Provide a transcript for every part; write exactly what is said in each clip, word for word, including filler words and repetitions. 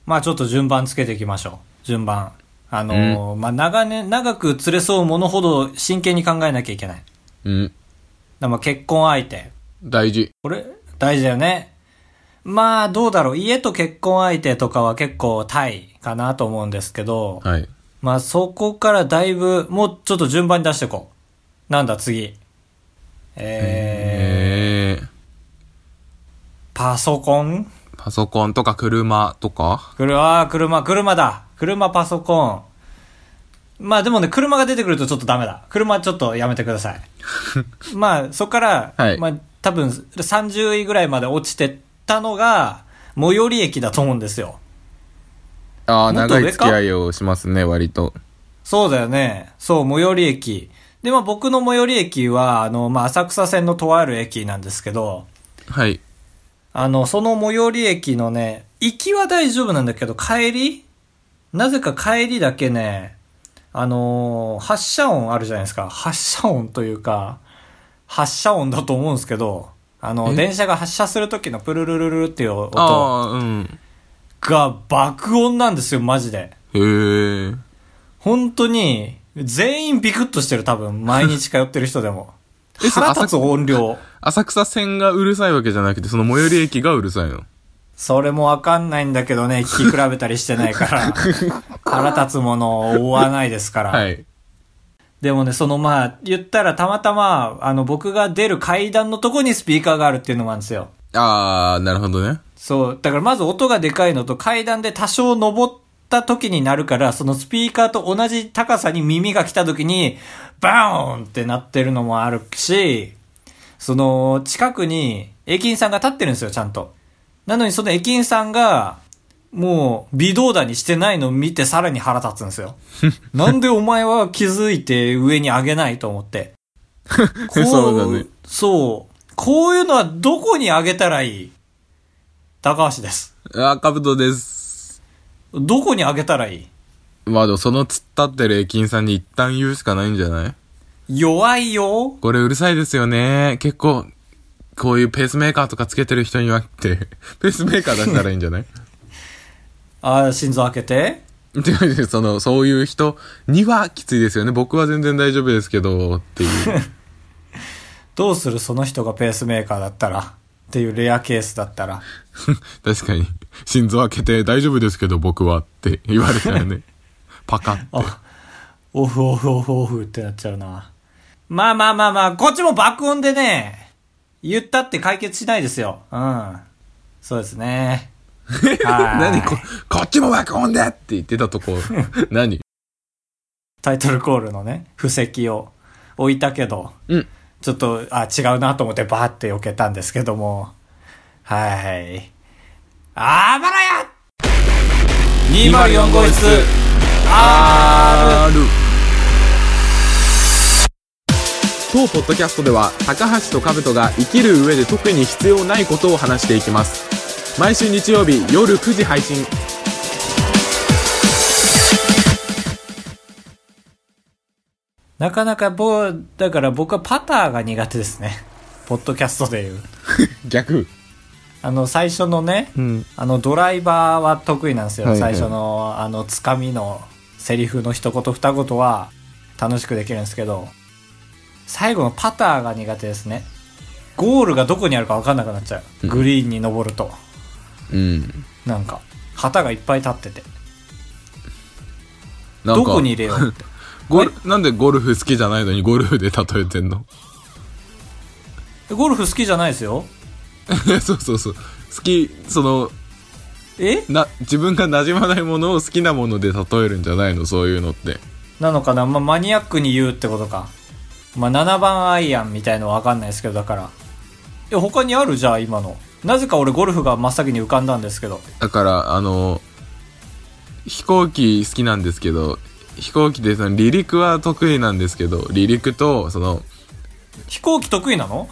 まあちょっと順番つけていきましょう。順番。あのー、うん、まあ長年、長く連れ添うものほど真剣に考えなきゃいけない。 うん。 だから結婚相手。 大事。 これ、大事だよね。まあどうだろう。家と結婚相手とかは結構タイかなと思うんですけど。 はい。 まあそこからだいぶ、もうちょっと順番に出していこう。なんだ次。えー。えー、パソコンパソコンとか車とか車、車、車だ。車、パソコン。まあでもね、車が出てくるとちょっとダメだ。車ちょっとやめてください。まあそこから、はい、まあ多分さんじゅういぐらいまで落ちてったのが、最寄り駅だと思うんですよ。 ああ、長い付き合いをしますね、割と。 そうだよね。そう、最寄り駅。で、まあ僕の最寄り駅は、あの、まあ浅草線のとある駅なんですけど、 はい。 あの、その最寄り駅のね、行きは大丈夫なんだけど、帰りなぜか帰りだけね、あのー、発車音あるじゃないですか。発車音というか、発車音だと思うんですけど、あの、電車が発車する時のプルルルルっていう音あ、うん、 が爆音なんですよ、マジで。 へー。 本当に、全員ビクッとしてる、多分。毎日通ってる人でも。腹立つ音量。 浅草線がうるさいわけじゃなくて、その最寄り駅がうるさいの。 それもわかんないんだけどね、聞き比べたりしてないから。腹立つものを追わないですから。 はい。 でもね、そのまあ、言ったらたまたま、あの、僕が出る階段のとこにスピーカーがあるっていうのもあるんですよ。 あー、なるほどね。 そう。だからまず音がでかいのと階段で多少登った時になるから、そのスピーカーと同じ高さに耳が来た時に、バーンってなってるのもあるし、その、近くに駅員さんが立ってるんですよ、ちゃんと。なのにその駅員さんが、もう、微動だにしてないのを見てさらに腹立つんですよ。なんでお前は気づいて上に上げないと思って。 こうそうだね。 そう。こういうのはどこに上げたらいい？高橋です。 あ、かぶとです。 どこに上げたらいい？ まあでもその突っ立ってる駅員さんに一旦言うしかないんじゃない？ 弱いよ。 これうるさいですよね。結構、こういうペースメーカーとかつけてる人にはって、ペースメーカー出したらいいんじゃない？ ああ、心臓開けてその、そういう人にはきついですよね。僕は全然大丈夫ですけど、っていう。 どうするその人がペースメーカーだったらっていうレアケースだったら。 確かに。心臓開けて大丈夫ですけど僕はって言われたらね。パカって。 オフオフオフオフってなっちゃうな。まあまあまあまあ、こっちも爆音でね、言ったって解決しないですよ。うん。そうですね。 何こ、こっちも爆音でって言ってたとこ、何タイトルコールのね、布石を置いたけど、 うん。 ちょっと、あ、違うなと思ってバーって避けたんですけども、はい。あばらや !にまるよん 号室 R! 当ポッドキャストでは高橋と兜が生きる上で特に必要ないことを話していきます。毎週日曜日夜くじ配信。 なかなかぼだから僕はパターが苦手ですね。ポッドキャストでいう。 逆。 あの最初のね、 うん、 あのドライバーは得意なんですよ。 はいはい、 最初のあのつかみのセリフの一言二言は楽しくできるんですけど、最後のパターが苦手ですね。ゴールがどこにあるか分かんなくなっちゃう。グリーンに登ると。 うん。 なんか旗がいっぱい立ってて。 なんかどこに入れようって。 ゴルなんでゴルフ好きじゃないのにゴルフで例えてんの？ ゴルフ好きじゃないですよ。 そうそうそう。好き、その、 えな、自分が馴染まないものを好きなもので例えるんじゃないの？そういうのって。 なのかな、まあ、マニアックに言うってことか。まあ、ななばんアイアンみたいのは分かんないですけど、だから。いや、他にあるじゃあ、今の。なぜか俺ゴルフが真っ先に浮かんだんですけど。 だから、あの、飛行機好きなんですけど、飛行機でその離陸は得意なんですけど、離陸と、その、 飛行機得意なの？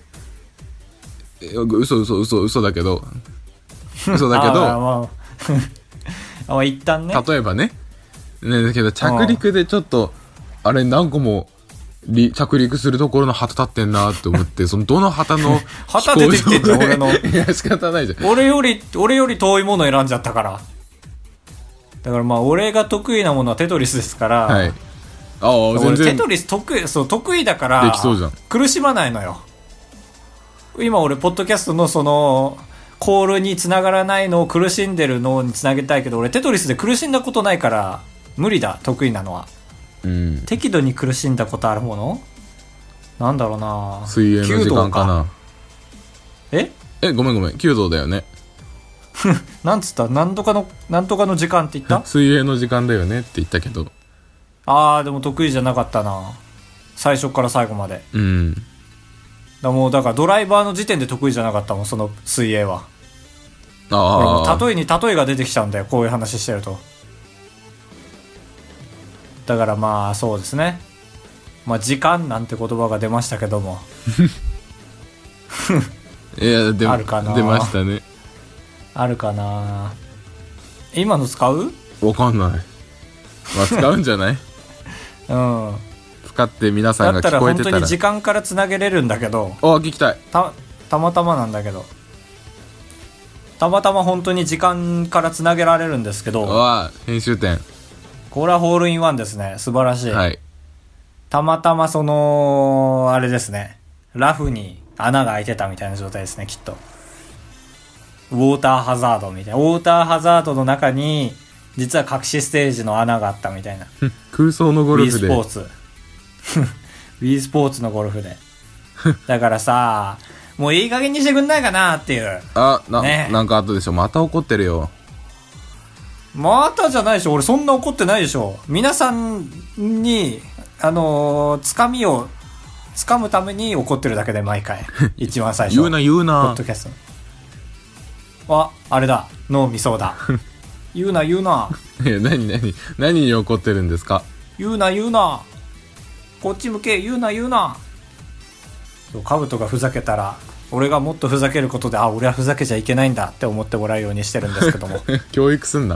嘘嘘嘘嘘だけど、嘘だけど、 あ、まあ、あ、一旦ね。 例えばね、ね、だけど着陸でちょっと、あれ何個も、着陸するところの旗立ってんなって思って、そのどの旗の旗出てきてんじゃん俺の。 いや仕方ないじゃん。 俺より俺より遠いもの選んじゃったから。 だからまあ俺が得意なものはテトリスですから、 はい。ああ、全俺テ然トリス得意、そう得意だからできそうじゃん。 苦しまないのよ。今俺ポッドキャストのそのコールに繋がらないのを苦しんでるのに繋げたいけど、俺テトリスで苦しんだことないから無理だ、得意なのは。 うん。 適度に苦しんだことあるものなんだろうな。 水泳の時間かな。 ええ、ごめんごめん。弓道だよね。 なんつったなんとかの、なんとかの時間って言った水泳の時間だよねって言ったけど。 あー、でも得意じゃなかったな。最初から最後まで。 うん。 だもうだからドライバーの時点で得意じゃなかったもん、その水泳は。 ああ。 例えに例えが出てきちゃうんだよ、こういう話してると。だからまあそうですね。まあ時間なんて言葉が出ましたけども。 いや、でもあるかな出ましたね。 あるかな。今の使う？ わかんない。まあ使うんじゃない？ うん。 使って皆さんが聞こえてたら。 だったら本当に時間からつなげれるんだけど。 あ、聞きたい。 た、たまたまなんだけど。たまたま本当に時間からつなげられるんですけど。 ああ、編集点。 これはホールインワンですね。素晴らしい。 はい。 たまたまその、あれですね。ラフに穴が開いてたみたいな状態ですね、きっと。ウォーターハザードみたいな。ウォーターハザードの中に、実は隠しステージの穴があったみたいな。 空想のゴルフで。 Wii スポーツ。Wii スポーツのゴルフで。だからさ、もういい加減にしてくんないかなっていう。 あ、な、 ね、 なんかあったでしょ。また怒ってるよ。 またじゃないでしょ。俺そんな怒ってないでしょ。皆さんに、あのー、つかみを、つかむために怒ってるだけで毎回。一番最初。 言うな言うな。 ポッドキャスト。あ、あれだ。脳みそだ。言うな言うな。 え、何何何に怒ってるんですか？ 言うな言うな。こっち向け、言うな言うな。カブトがふざけたら、俺がもっとふざけることで、あ、俺はふざけちゃいけないんだって思ってもらうようにしてるんですけども。 教育すんな。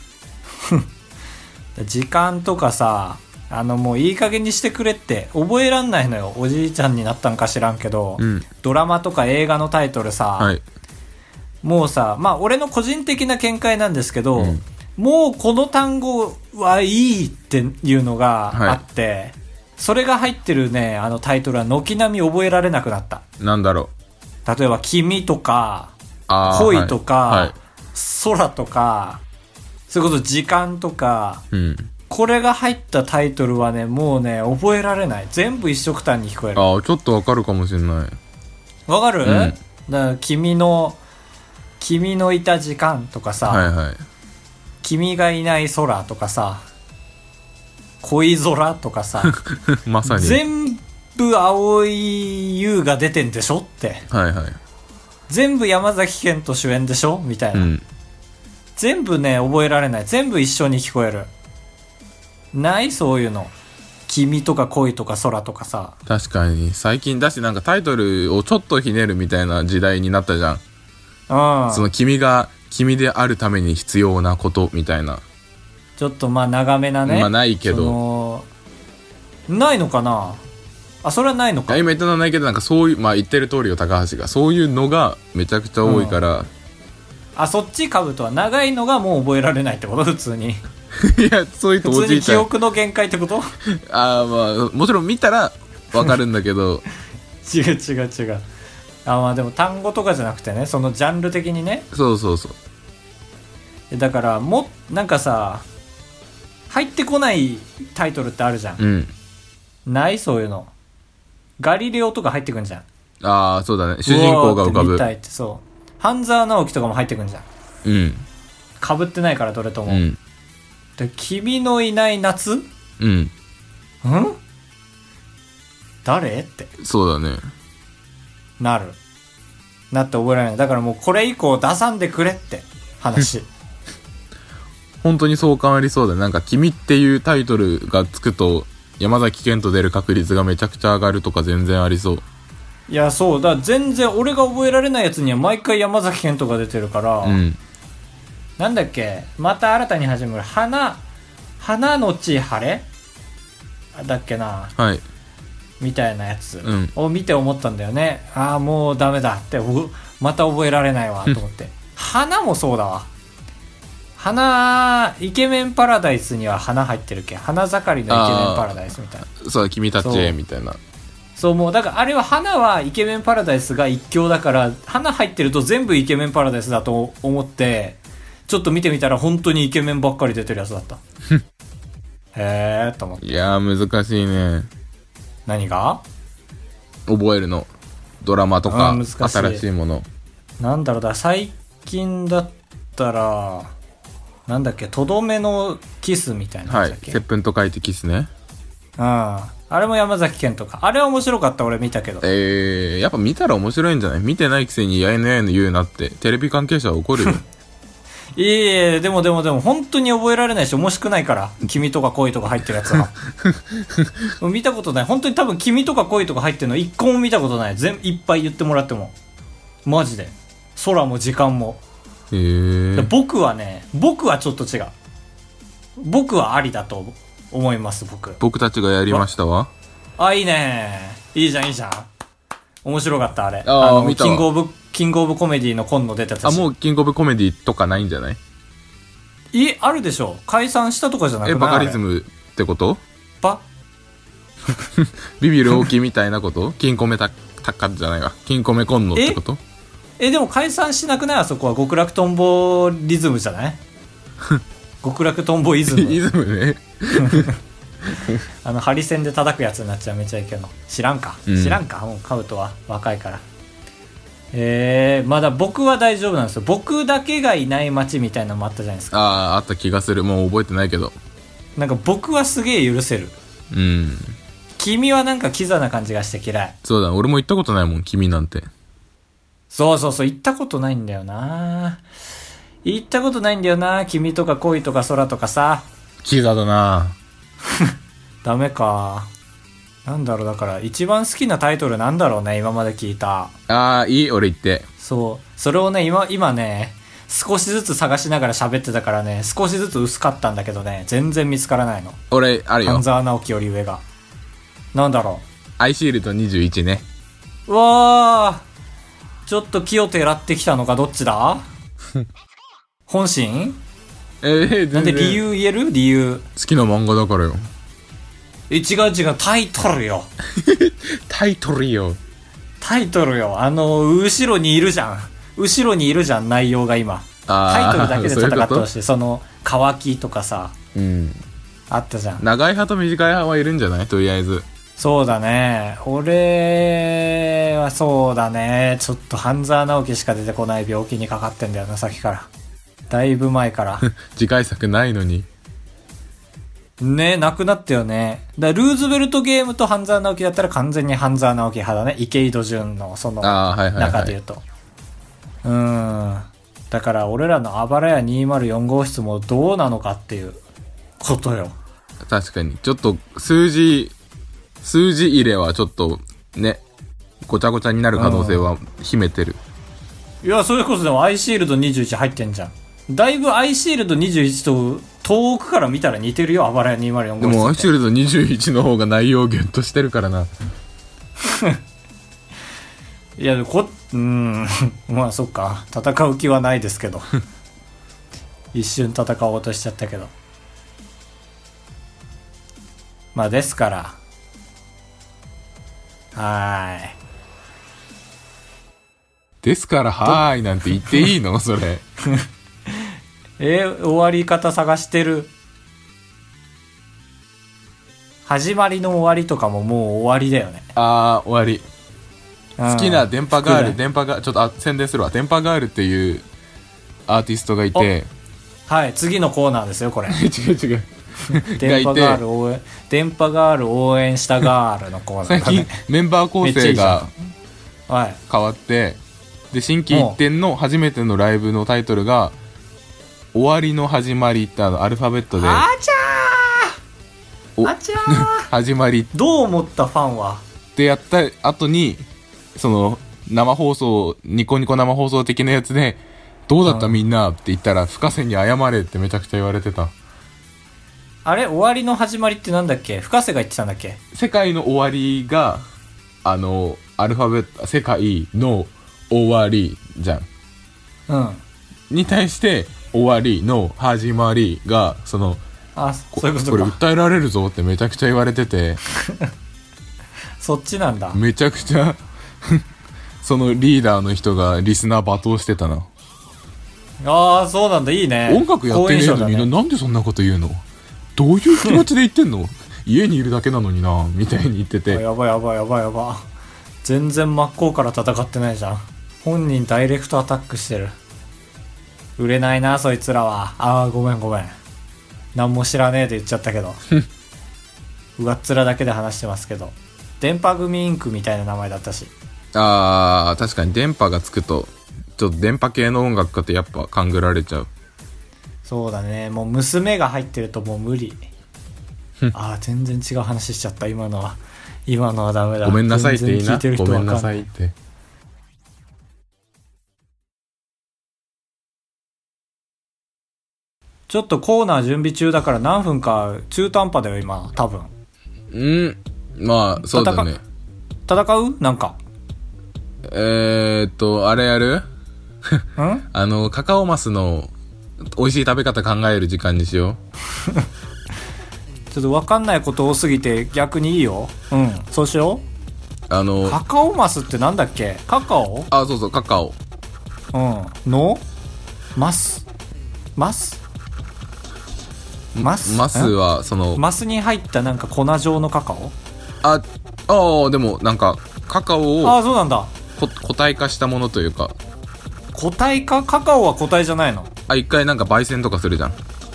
時間とかさ、あのもういい加減にしてくれって覚えらんないのよ。おじいちゃんになったんか知らんけど、 うん、 ドラマとか映画のタイトルさ、 はい、 もうさ、まあ俺の個人的な見解なんですけど、うん、もうこの単語はいいっていうのがあって、はい、それが入ってるね、あのタイトルは軒並み覚えられなくなった。 なんだろう。例えば君とか、恋とか、はいはい、空とか、それこそ時間とか、うん、これが入ったタイトルはね、もうね、覚えられない。全部一緒くたんに聞こえる。 ああ、ちょっとわかるかもしれない。 わかる？うん、だから君の、君のいた時間とかさ、 はいはい、 君がいない空とかさ、恋空とかさ、 まさに。 全部青い優が出てんでしょって。 はいはい。 全部山崎賢人主演でしょみたいな。うん、全部ね、覚えられない。全部一緒に聞こえる。ないそういうの。君とか恋とか空とかさ。 確かに。最近だし、なんかタイトルをちょっとひねるみたいな時代になったじゃん。うん。その君が、君であるために必要なことみたいな。 ちょっとまあ長めなね。 まあないけど。 ないのかなあ、それはないのか。 今言ったのはないけど、なんかそういう、まあ言ってる通りよ、高橋が。そういうのがめちゃくちゃ多いから。うん、 あ、そっちかぶとは長いのがもう覚えられないってこと普通に。 いや、そういうとおじいちゃん。 普通に記憶の限界ってこと？ ああ、まあ、もちろん見たらわかるんだけど。 違う違う違う。あ、まあでも単語とかじゃなくてね、そのジャンル的にね。 そうそうそう。 だから、も、なんかさ、入ってこないタイトルってあるじゃん。うん。ないそういうの。ガリレオとか入ってくんじゃん。 ああ、そうだね。主人公が浮かぶ。 見たいってそう。半沢直樹とかも入ってくんじゃん。うん。被ってないからどれとも。うん。で、君のいない夏？うん。ん？誰？って。 そうだね。 なる。なって覚えられない。だからもうこれ以降出さんでくれって話。 本当にそう変わりそうだね。なんか君っていうタイトルがつくと山崎賢人出る確率がめちゃくちゃ上がるとか全然ありそう。 いや、そうだ。全然俺が覚えられないやつには毎回山崎賢人が出てるから、うん、なんだっけ、また新たに始める花花のち晴れだっけな、はい、みたいなやつを見て思ったんだよね。うん、ああもうダメだってまた覚えられないわと思って。花もそうだわ。 花イケメンパラダイスには花入ってるっけ、花盛りのイケメンパラダイスみたいな。 そう君たちへみたいな。 そうもうだからあれは花はイケメンパラダイスが一強だから、花入ってると全部イケメンパラダイスだと思ってちょっと見てみたら本当にイケメンばっかり出てるやつだったへーと思って。 いやー難しいね。 何が覚えるの、ドラマとか新しいもの。 なんだろうだ、最近だったらなんだっけ、とどめのキスみたいなやつだっけ。 はい、接吻と書いてキスね。 うん、あれも山崎賢とか、あれは面白かった。俺見たけど。 えー、やっぱ見たら面白いんじゃない？見てないくせにやいのやいの言うなってテレビ関係者は怒るよいえいえ、でもでもでも本当に覚えられないし面白くないから、君とか恋とか入ってるやつは見たことない。本当に多分君とか恋とか入ってるの一個も見たことない。全いっぱい言ってもらってもマジで空も時間も。 へー。 僕はね、僕はちょっと違う。僕はありだと思います。僕僕たちがやりましたわ。 あ、いいね、いいじゃんいいじゃん。面白かったあれ。 ああの見たわ。 キングオブキングオブコメディの今野出たやつ。 あ、もうキングオブコメディとかないんじゃない？ いあるでしょ。解散したとかじゃなくない？ え、バカリズムってこと？ バビビる大きみたいなこと？金コメたたかじゃないわ。金コメ今野ってこと？ ええでも解散しなくない？あそこは極楽とんぼリズムじゃない極楽とんぼイズムイズムねあのハリセンで叩くやつになっちゃめちゃいけど、知らんか、うん、知らんか。もうカウトは若いから。えー、まだ僕は大丈夫なんですよ。僕だけがいない街みたいなのもあったじゃないですか。 ああ、あった気がする。もう覚えてないけど、 なんか僕はすげえ許せる。 うん。 君はなんかキザな感じがして嫌い。 そうだ、俺も行ったことないもん、君なんて。 そうそうそう、行ったことないんだよな。行ったことないんだよな。君とか恋とか空とかさ。 キザだなダメか。なんだろう、だから一番好きなタイトルなんだろうね、今まで聞いた。 ああ、いい、俺言って。 そう、それをね、今今ね少しずつ探しながら喋ってたからね、少しずつ薄かったんだけどね、全然見つからないの。 俺あるよ、 半沢直樹より上が。なんだろう、 アイシールドにじゅういちね。 うわー、ちょっと気をてらってきたのか、どっちだ本心？ えー、 なんで理由言える？理由。 好きな漫画だからよ。 え、違う違う、タイトルよタイトルよ。 タイトルよ。あの後ろにいるじゃん、後ろにいるじゃん、内容が今。タイトルだけで戦ってほしい。その乾きとかさ、 うん、 あったじゃん。 長い派と短い派はいるんじゃない？とりあえず。 そうだね、俺はそうだね、ちょっと半沢直樹しか出てこない病気にかかってんだよな、さっきから。だいぶ前から次回作ないのにね、なくなったよね。だルーズベルトゲームと半沢直樹だったら完全に半沢直樹派だね。池井戸潤のその中で言うと、うーん、だから俺らのあばらやにまるよん号室もどうなのかっていうことよ。 確かにちょっと数字数字入れはちょっとね、ごちゃごちゃになる可能性は秘めてる、 うん、いや、それこそでもアイシールドにじゅういち入ってんじゃん。だいぶアイシールドにじゅういちと遠くから見たら似てるよ、あばらやにまるよん号室。 でもアイシールドにじゅういちの方が内容をギュッとしてるからな。 いや、こうーんまあそっか、戦う気はないですけど一瞬戦おうとしちゃったけど、まあですから、はーいですからはーいなんて言っていいのそれえー、終わり方探してる。始まりの終わりとかももう終わりだよね。 あー、終わり。好きな電波ガール、電波ガール、ちょっとあ宣伝するわ。電波ガールっていうアーティストがいて、 はい、次のコーナーですよこれ。 違う違う電波ガール応援、電波ガール応援したガールのコーナー、ね、 最近メンバー構成が変わって、で新規一点の初めてのライブのタイトルが終わりの始まりってあのアルファベットで、 あちゃーあちゃー始まりどう思ったファンはってやった後に、その生放送、ニコニコ生放送的なやつでどうだったみんなって言ったら、深瀬に謝れってめちゃくちゃ言われてた。 あれ、終わりの始まりってなんだっけ？深瀬が言ってたんだっけ？ 世界の終わりがあのアルファベット、世界の終わりじゃん、 うん、 に対して終わりの始まりがそのあそういうことかこれ訴えられるぞってめちゃくちゃ言われててそっちなんだ。 めちゃくちゃそのリーダーの人がリスナー罵倒してたな。 ああそうなんだ、いいね。 音楽やってねえのに、ね、なんでそんなこと言うの、どういう気持ちで言ってんの家にいるだけなのになみたいに言ってて、 やばいやばいやばいやばい、全然真っ向から戦ってないじゃん。本人ダイレクトアタックしてる。売れないなそいつらは。ああごめんごめん、何も知らねえで言っちゃったけど上っ面だけで話してますけど、電波組インクみたいな名前だったし。 あー確かに電波がつくとちょっと電波系の音楽家ってやっぱ勘ぐられちゃう。 そうだね、もう娘が入ってるともう無理ああ全然違う話しちゃった。今のは今のはダメだ。 ごめんなさいっていいな、ごめんなさい。 いって。 ちょっとコーナー準備中だから何分か中途半端だよ今多分。 うんまあそうだね。 戦うなんかえーっとあれやるんあのカカオマスの美味しい食べ方考える時間にしようちょっと分かんないこと多すぎて逆にいいよ。うんそうしよう。あのカカオマスってなんだっけ。カカオあそうそうカカオうんのマスマスマスマスはそのマスに入ったなんか粉状のカカオ。 ああでもなんかカカオをあそうなんだ、 固体化したものというか。 固体化。カカオは固体じゃないの。 あ一回なんか焙煎とかするじゃん。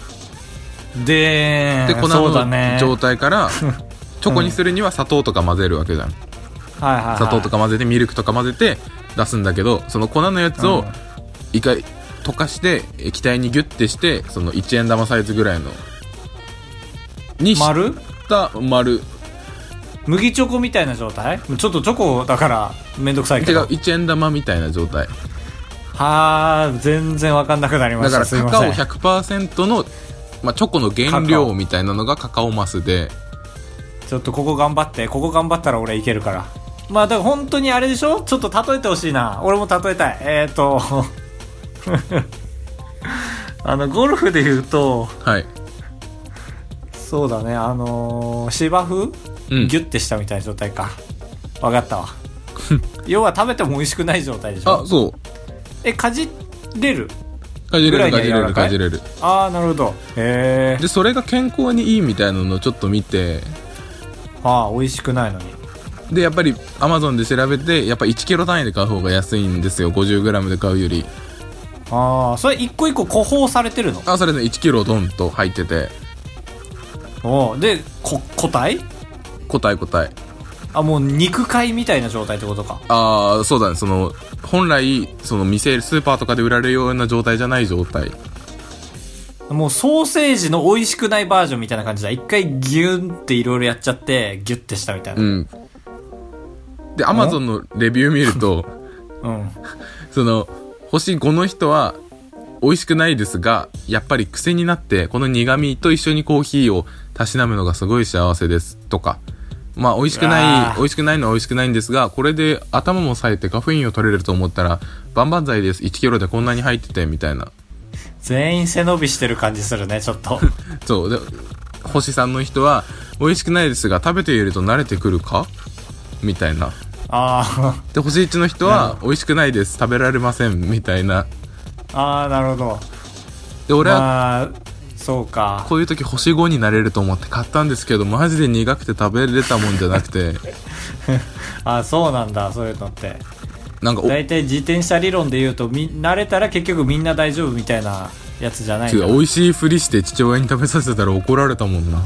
でで粉の状態からチョコにするには砂糖とか混ぜるわけじゃん、うん、 はいはい、はい、 砂糖とか混ぜてミルクとか混ぜて出すんだけど、その粉のやつを一回溶かして液体にギュッてしてそのいちえん玉サイズぐらいのにした丸麦チョコみたいな状態。ちょっとチョコだからめんどくさいけど。 違ういちえん玉みたいな状態。 はあ全然分かんなくなりました。 だからカカオ ひゃくパーセント の、まあ、チョコの原料みたいなのがカカオマスで、 ちょっとここ頑張ってここ頑張ったら俺いけるから。まあだから本当にあれでしょ。ちょっと例えてほしいな。俺も例えたい。えーとあのゴルフで言うと、 はい、 そうだね、あのー、芝生、うん、ギュッてしたみたいな状態か。分かったわ要は食べても美味しくない状態でしょ。 あそうえかじれるかじれるかじれるかじれる。 ああなるほど。へえ。でそれが健康にいいみたいなのをちょっと見て、 ああ美味しくないのに。 でやっぱりアマゾンで調べてやっぱいちキロ単位で買う方が安いんですよ、 ごじゅうグラム で買うより。 ああそれ一個一個個包されてるの。 あそれねいちキロドンと入ってて。 おでこ個体個体個体。 あもう肉塊みたいな状態ってことか。 ああそうだね、その本来その店スーパーとかで売られるような状態じゃない状態。 もうソーセージの美味しくないバージョンみたいな感じだ。一回ギュンっていろいろやっちゃってギュッてしたみたいな。 うんでアマゾンのレビュー見るとうんその星ごの人は美味しくないですがやっぱり癖になってこの苦味と一緒にコーヒーをたしなむのがすごい幸せですとか。まあ美味しくない美味しくないのは美味しくないんですが、これで頭も冴えてカフェインを取れると思ったら万々歳です、いちキロでこんなに入っててみたいな。 全員背伸びしてる感じするねちょっとそうで星さんの人は美味しくないですが食べていると慣れてくるかみたいな。 あで星いちの人は美味しくないです食べられませんみたいな。 ああなるほど。 で俺は、 まあ、そうかこういう時星ごになれると思って買ったんですけどマジで苦くて食べれたもんじゃなくてあそうなんだ。そういうのってなんか大体自転車理論で言うとみ慣れたら結局みんな大丈夫みたいなやつじゃないんだ。 美味しいふりして父親に食べさせたら怒られたもんな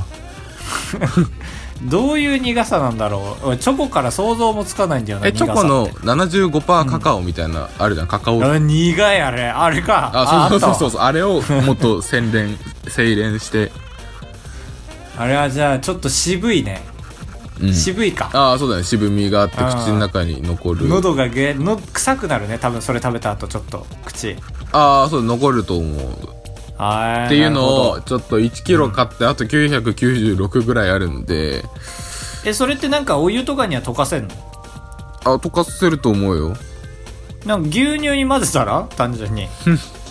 どういう苦さなんだろう。チョコから想像もつかないんだよな。 えチョコの ななじゅうごパーセント カカオみたいな、うん、あるじゃんカカオ。 あ苦いあれあれか。 あそうそうそうそう あ, あれをもっと洗練精錬してあれはじゃあちょっと渋いね、うん、渋いか。 ああそうだね、渋みがあって口の中に残る。 喉がげの臭くなるね多分それ食べた後ちょっと口。 ああそう残ると思う。っていうのをちょっといちキロ買ってあときゅうひゃくきゅうじゅうろくぐらいあるんで。 えそれってなんかお湯とかには溶かせんの。 あ溶かせると思うよ。 なんか牛乳に混ぜたら単純に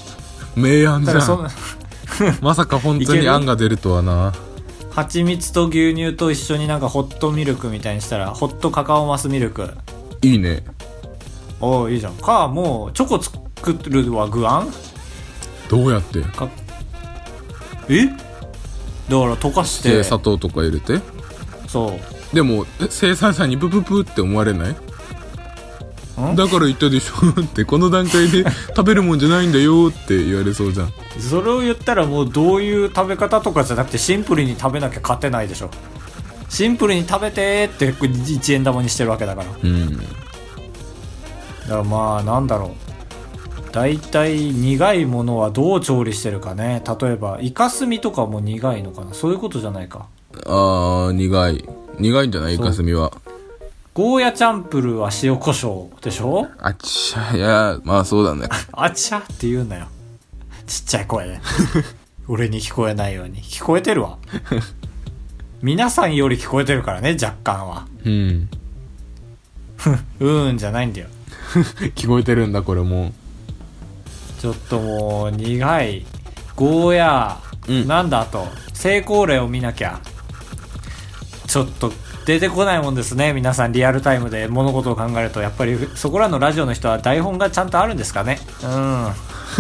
明暗じゃん。 だからそんなまさか本当にあんが出るとはな。 蜂蜜と牛乳と一緒になんかホットミルクみたいにしたら、ホットカカオマスミルク。 いいね。 おーいいじゃん。か、もうチョコ作るは具あんどうやってかえだから溶かしてで砂糖とか入れて。 そうでも生産者にブブブって思われない？ んだから言ったでしょってこの段階で食べるもんじゃないんだよって言われそうじゃん。 それを言ったらもうどういう食べ方とかじゃなくてシンプルに食べなきゃ勝てないでしょ。シンプルに食べてっていちえん玉にしてるわけだから。 うんだからまあなんだろう、だいたい苦いものはどう調理してるかね。例えばイカスミとかも苦いのかな。そういうことじゃないか。 あー苦い苦いんじゃないイカスミは。 ゴーヤチャンプルーは塩コショウでしょ。 あっちゃいやまあそうだね。 あちゃって言うんだよちっちゃい声で俺に聞こえないように。聞こえてるわ皆さんより聞こえてるからね若干は。 うんうーんじゃないんだよ聞こえてるんだこれも。 ちょっともう苦いゴーヤー、 うん、 なんだあと成功例を見なきゃ。ちょっと出てこないもんですね皆さん。リアルタイムで物事を考えるとやっぱりそこらのラジオの人は台本がちゃんとあるんですかね。うん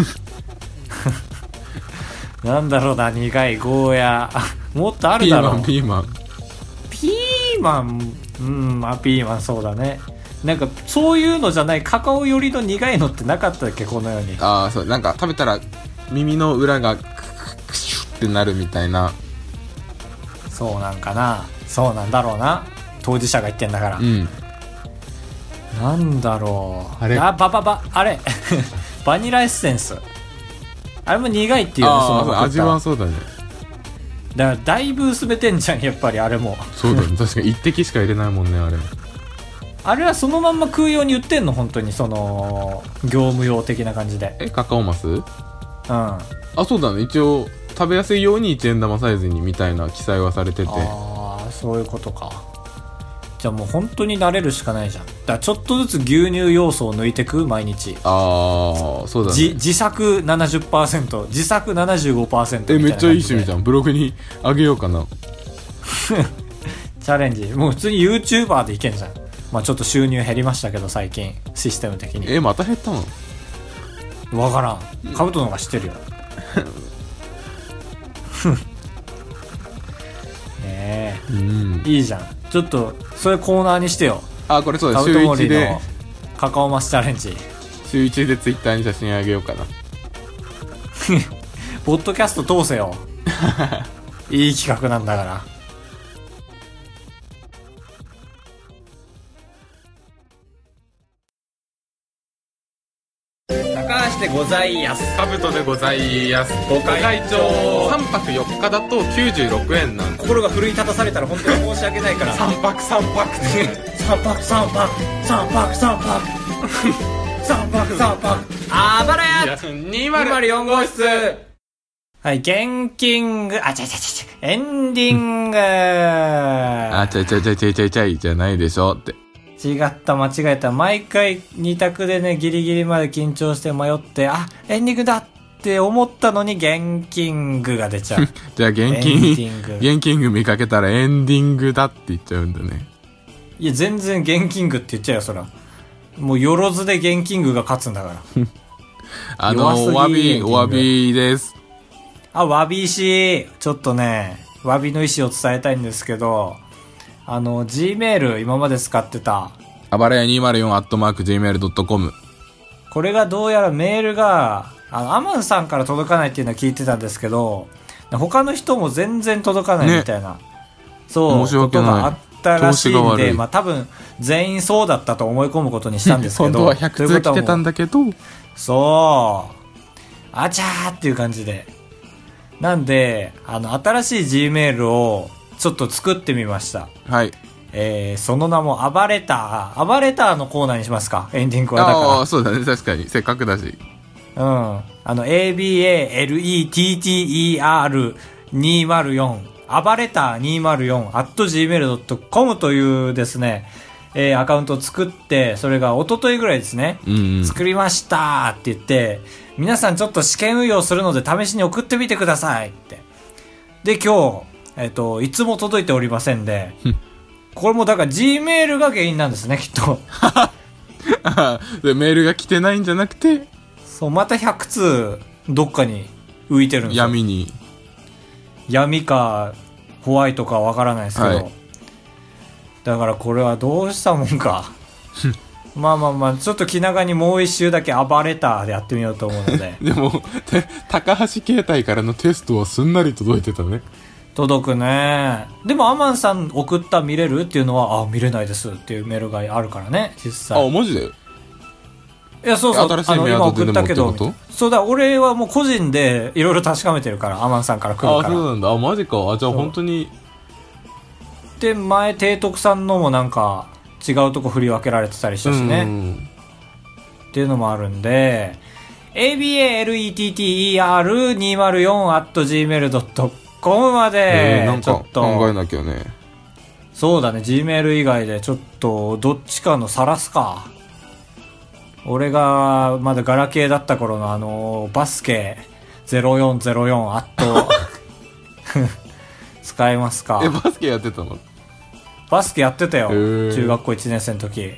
なんだろうな、苦いゴーヤーもっとあるだろう。 ピーマンピーマンピーマンうんまあピーマンそうだね。なんかそういうのじゃないカカオ寄りの苦いのってなかったっけこの世に。 ああそうなんか食べたら耳の裏がククシュってなるみたいな。 そうなんかな。そうなんだろうな当事者が言ってんだから。 うんなんだろうあれあバババあれバニラエッセンスあれも苦いっていうの。その味はそうだね。 だからだいぶ薄めてんじゃんやっぱりあれも。 そうだね確かに一滴しか入れないもんねあれ。 あれはそのまんま食うように売ってんの本当にその業務用的な感じで。 えカカオマス？ うんあそうだね一応食べやすいようにいちえん玉サイズにみたいな記載はされてて。 ああそういうことか。じゃあもう本当に慣れるしかないじゃん。だからちょっとずつ牛乳要素を抜いてく毎日。 ああそうだね。 じ自作 ななじゅっパーセント 自作 ななじゅうごパーセント みたいな感じで。 えめっちゃいい趣味じゃん。ブログにあげようかなチャレンジもう普通に YouTuber でいけんじゃん。まあちょっと収入減りましたけど最近システム的に。 えまた減ったの？ わからんカブトの方が知ってるよねえ、 うん、 いいじゃん。ちょっとそれコーナーにしてよ。 あこれそうだカブ週トモリのいちでカカオマスチャレンジ週いちでツイッターに写真あげようかなポッドキャスト通せよいい企画なんだから。高橋でございやす。 カブトでございます。 ご会長さんぱくよっかだときゅうじゅうろくえんなんで心が奮い立たされたら本当に申し訳ないからさんぱくさんぱく三泊三泊三泊三泊三泊三泊あばらやにまるよん号室。はい、現金グあちゃちゃちゃちゃエンディングあちゃちゃちゃちゃちゃちゃいじゃないでしょって違った間違えた。毎回に択でねギリギリまで緊張して迷ってあエンディングだって思ったのに現金グが出ちゃうじゃあ現エンデ金ィング現金グ見かけたらエンディングだって言っちゃうんだね。 いや全然現金グって言っちゃうよそら。もうよろずで現金グが勝つんだからあのお詫びお詫びです。 あわび石ちょっとねわびの意思を伝えたいんですけど、あの Gmail 今まで使ってたあばらやにまるよんアットマークジーメールドットコム、 これがどうやらメールがあのアマンさんから届かないっていうのは聞いてたんですけど他の人も全然届かないみたいな、ね、そう申し訳ないことがあったらしいんで、 いまあ多分全員そうだったと思い込むことにしたんですけど本当はひゃく通来てたんだけどそうあちゃーっていう感じでなんであの新しい Gmail をちょっと作ってみました。 はい、 えー、その名もアバレターアバレターのコーナーにしますか。エンディングはだからああそうだね確かにせっかくだしうんあの エービーエーエルイーティーティーイーアールにまるよんアバレターにまるよん アットジーメールドットコム というですね、 えー、アカウントを作って、それが一昨日ぐらいですね。 うんうん、 作りましたって言って、皆さんちょっと試験運用するので試しに送ってみてくださいって。で、今日、えっと、いつも届いておりませんで、これもだから Gmail が原因なんですね、きっと。 で、メールが来てないんじゃなくて、 そう、またひゃくつうどっかに浮いてるんですよ。 闇に。 闇か、ホワイトかわからないですけど、 はい、 だからこれはどうしたもんか。まあまあまあ、ちょっと気長にもう一周だけ暴れたでやってみようと思うので。 でも、高橋携帯からのテストはすんなり届いてたね。 届くね。でもアマンさん送った見れるっていうのは、あ、見れないですっていうメールがあるからね、実際。 あ、マジで？ いや、そうそう。 新しいメアドででもってこと？ そうだ、俺はもう個人でいろいろ確かめてるから、アマンさんから来るから。 あ、そうなんだ。あ、マジか。あ、じゃあ本当に。 で、前、提督さんのもなんか、違うとこ振り分けられてたりしたしね。っていうのもあるんで、エービーエーエルイーティーティーイーアールにーまるよんアットジーメールドットコム まで、 なんか考えなきゃね。 そうだね、Gmail 以外でちょっと、どっちかの晒すか。俺がまだガラケーだった頃のあのバスケゼロよんゼロよんアット使いますか。 え、バスケやってたの？ バスケやってたよ、中学校いちねん生の時。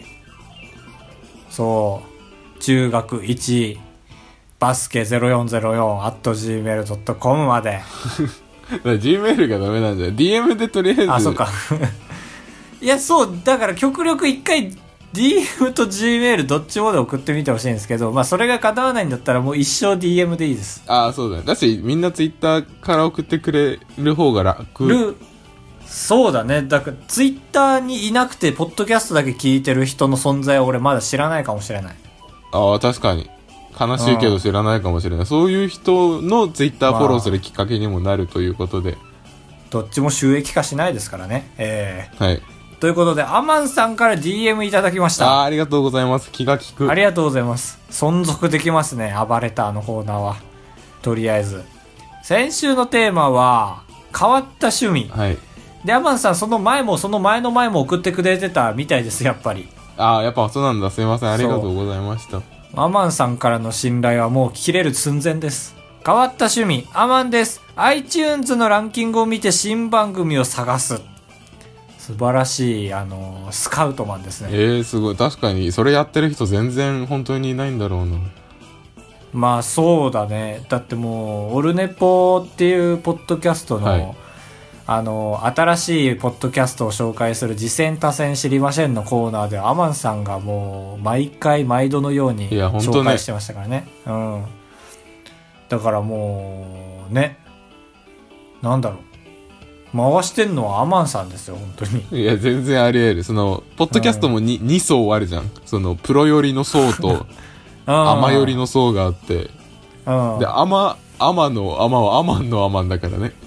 そう中学いちバスケゼロよんゼロよんアットジーメールドットコム まで。 Gmail がダメなんだよ。 ディーエム でとりあえず。 あ、そうか。いや、そうだから極力一回 ディーエム と Gmail どっちもで送ってみてほしいんですけど、まあそれが叶わないんだったらもう一生 ディーエム でいいです。 ああ、そうだね。だしみんな Twitter から送ってくれる方が楽。 るそうだね。だから Twitter にいなくてポッドキャストだけ聞いてる人の存在を俺まだ知らないかもしれない。 ああ、確かに悲しいけど知らないかもしれない。そういう人の Twitter フォローするきっかけにもなるということで、 どっちも収益化しないですからね。えー、はい。 ということでアマンさんから ディーエム いただきました。 ああ、ありがとうございます。気が利く。 ありがとうございます。存続できますね、暴れたあのコーナーは。とりあえず先週のテーマは変わった趣味。 はい。 で、アマンさんその前もその前の前も送ってくれてたみたいです。やっぱり。 ああ、やっぱそうなんだ。すいません、ありがとうございました。 アマンさんからの信頼はもう切れる寸前です。変わった趣味、アマンです。 iTunes のランキングを見て新番組を探す。素晴らしい、あのスカウトマンですね。 えー、すごい。確かにそれやってる人全然本当にいないんだろうな。 まあそうだね。だってもうオルネポっていうポッドキャストの、はい、あの新しいポッドキャストを紹介する次戦他戦知りませんのコーナーでアマンさんがもう毎回毎度のように紹介してましたからね。うん。だからもうね、なんだろう、回してんのはアマンさんですよ、本当に。 いや、全然あり得る。そのポッドキャストも 2,、うん、に層あるじゃん。そのプロ寄りの層とアマ寄りの層があって、うん、でアマアマのアマはアマンのアマンだからね。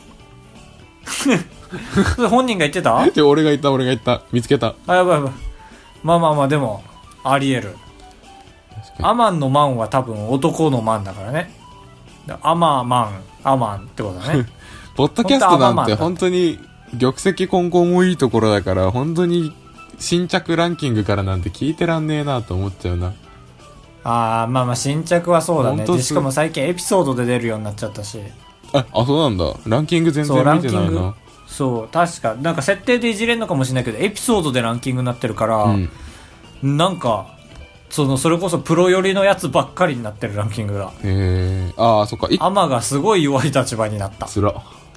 本人が言ってた？ で、俺が言った俺が言った見つけた。 あ、やばいやばい。まあまあまあ、でもあり得る。アマンのマンは多分男のマンだからね。アママンアマンってことだね。 ポッドキャストなんて本当に玉石混交もいいところだから、本当に新着ランキングからなんて聞いてらんねえなと思っちゃうな。 ああ、まあまあ新着はそうだね。でしかも最近エピソードで出るようになっちゃったし。 あ、あ、そうなんだ。ランキング全然見てないな。 そう、確かなんか設定でいじれんのかもしれないけどエピソードでランキングになってるから、うん、なんかそのそれこそプロ寄りのやつばっかりになってるランキングが。 へえ。ああ、そっか。 アマがすごい弱い立場になった。 つら。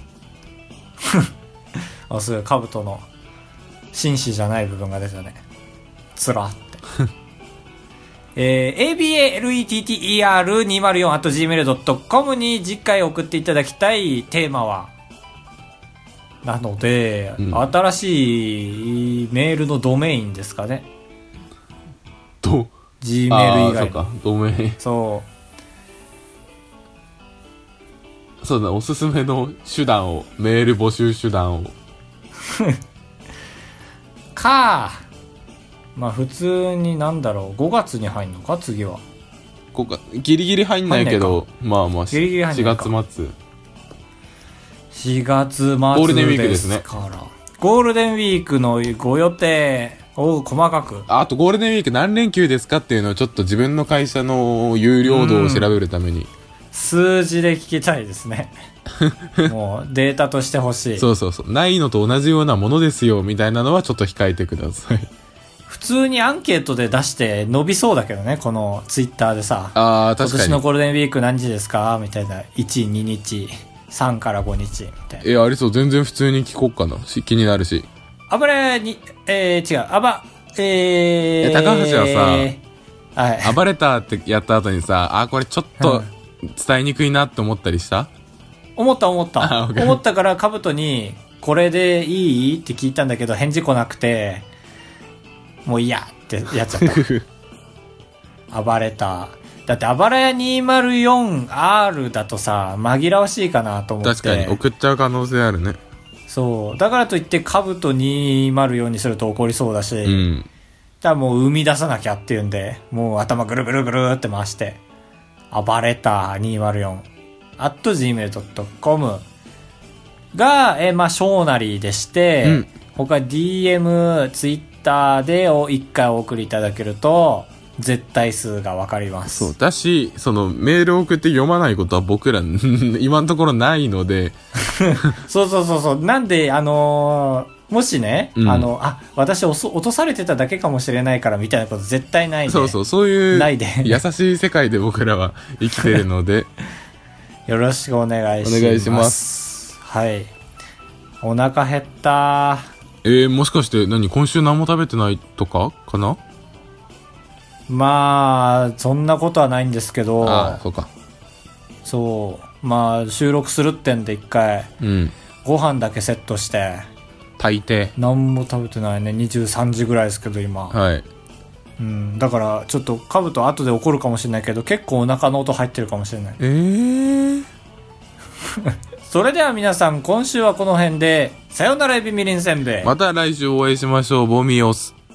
あ、すごい。カブトの紳士じゃない部分が出たね。つらって。えー、エービーエーエルイーティーティーイーアールにーまるよんアットジーメールドットコム に次回送っていただきたいテーマはなので、うん、新しいメールのドメインですかね。 ど Gmail 以外の。 そうか、ドメイン。 そう。 そうだ、おすすめの手段を、メール募集手段を。 かまあ普通になんだろう、ごがつに入んのか次は。 ごがギリギリ入んないけど、まあまあギリギリ入んないか。 しがつ末。 しがつ末ですから。 ゴールデンウィークですね。 ゴールデンウィークのご予定、 おう、細かく。 あとゴールデンウィーク何連休ですかっていうのをちょっと自分の会社の有料度を調べるために。 数字で聞きたいですね。もうデータとして欲しい。 そうそうそう。ないのと同じようなものですよ、みたいなのはちょっと控えてください。 普通にアンケートで出して伸びそうだけどね、このツイッターでさ。 ああ、確かに。 今年のゴールデンウィーク何時ですかみたいな。いち、ににち、さんからごにち、みたいな。 え、ありそう。全然普通に聞こうかな。し気になるし。 あばれに、えー、違う、あば、えー、 え高橋はさ、はい。 暴れたってやった後にさ、あ、これちょっと伝えにくいなって思ったりした？ 思った思った。 あ OK 思ったからカブトに、これでいいって聞いたんだけど、返事来なくて、もういいやってやっちゃった。暴れた。だって、あばらや にまるよんアール だとさ、紛らわしいかなと思って。 確かに、送っちゃう可能性あるね。 そう。だからといって、カブトにまるよんにすると怒りそうだし、 うん。 だからもう生み出さなきゃっていうんで、もう頭ぐるぐるぐるって回して、暴れたにまるよん、アットジーメールドットコム が、えー、まあ、小なりでして、 うん、 他 ディーエム、ツイッターでをいっかいお送りいただけると、絶対数がわかります。 そう。だし、そのメールを送って読まないことは僕ら、今のところないので。 そうそうそうそう。なんで、あのー、もしね、うん、あの、あ、私落とされてただけかもしれないからみたいなこと絶対ないんで。 そうそう、そういうないで優しい世界で僕らは生きてるので。 よろしくお願いします。 お願いします。 はい。お腹減った。 えー、もしかして何今週何も食べてないとかかな？ まあ、そんなことはないんですけど。 ああ、そうか。 そう。まあ、収録するってんで一回、 うん。 ご飯だけセットして。 炊いて。 何も食べてないね。にじゅうさんじぐらいですけど、今。 はい。 うん。だから、ちょっと、カブと後で怒るかもしれないけど、結構お腹の音入ってるかもしれない。 えー。 それでは皆さん、今週はこの辺で、さよならエビみりんせんべい。 また来週お会いしましょう。ボミオス。